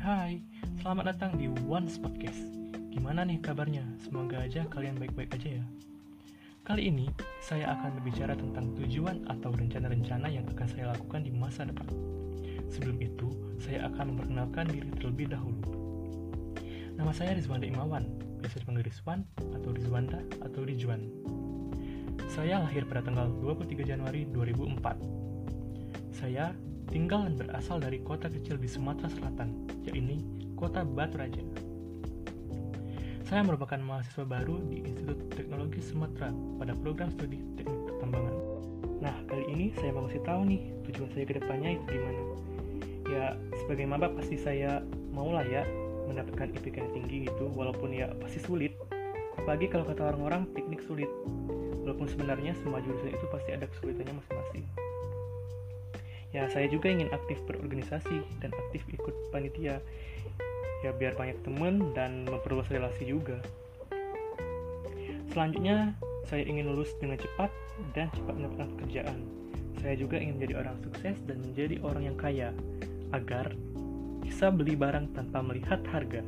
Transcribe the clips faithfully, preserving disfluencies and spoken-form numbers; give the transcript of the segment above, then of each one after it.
Hai, selamat datang di Once Podcast. Gimana nih kabarnya? Semoga aja kalian baik-baik aja ya. Kali ini, saya akan berbicara tentang tujuan atau rencana-rencana yang akan saya lakukan di masa depan. Sebelum itu, saya akan memperkenalkan diri terlebih dahulu. Nama saya Rizwanda Imawan, biasa dipanggil Rizwan, atau Rizwanda, atau Rizwan. Saya lahir pada tanggal dua puluh tiga Januari dua ribu empat. Saya tinggal dan berasal dari kota kecil di Sumatera Selatan, yaitu Kota Batu Raja. Saya merupakan mahasiswa baru di Institut Teknologi Sumatera pada program studi Teknik Pertambangan. Nah, kali ini saya mau kasih tahu nih tujuan saya ke depannya itu gimana. Ya, sebagai maba pasti saya mau lah ya mendapatkan I P K yang tinggi gitu, walaupun ya pasti sulit. Apalagi kalau kata orang-orang teknik sulit. Walaupun sebenarnya semua jurusan itu pasti ada kesulitannya masing-masing. Ya, saya juga ingin aktif berorganisasi dan aktif ikut panitia. Ya, biar banyak teman dan memperluas relasi juga. Selanjutnya, saya ingin lulus dengan cepat dan cepat mendapatkan pekerjaan. Saya juga ingin menjadi orang sukses dan menjadi orang yang kaya, agar bisa beli barang tanpa melihat harga.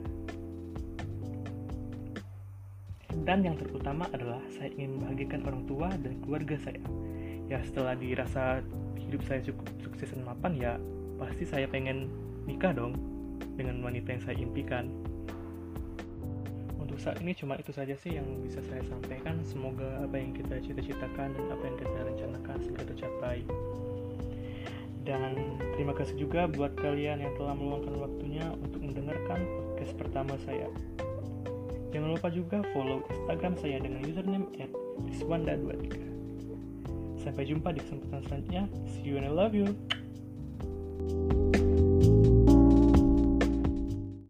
Dan yang terutama adalah saya ingin membahagiakan orang tua dan keluarga saya. Ya, setelah dirasa hidup saya cukup sukses dan mapan, ya pasti saya pengen nikah dong dengan wanita yang saya impikan. Untuk saat ini cuma itu saja sih yang bisa saya sampaikan. Semoga apa yang kita cita-citakan dan apa yang kita rencanakan segera tercapai. Dan terima kasih juga buat kalian yang telah meluangkan waktunya untuk mendengarkan podcast pertama saya. Jangan lupa juga follow Instagram saya dengan username at rizwanda dua tiga. Sampai jumpa di kesempatan selanjutnya. See you and I love you.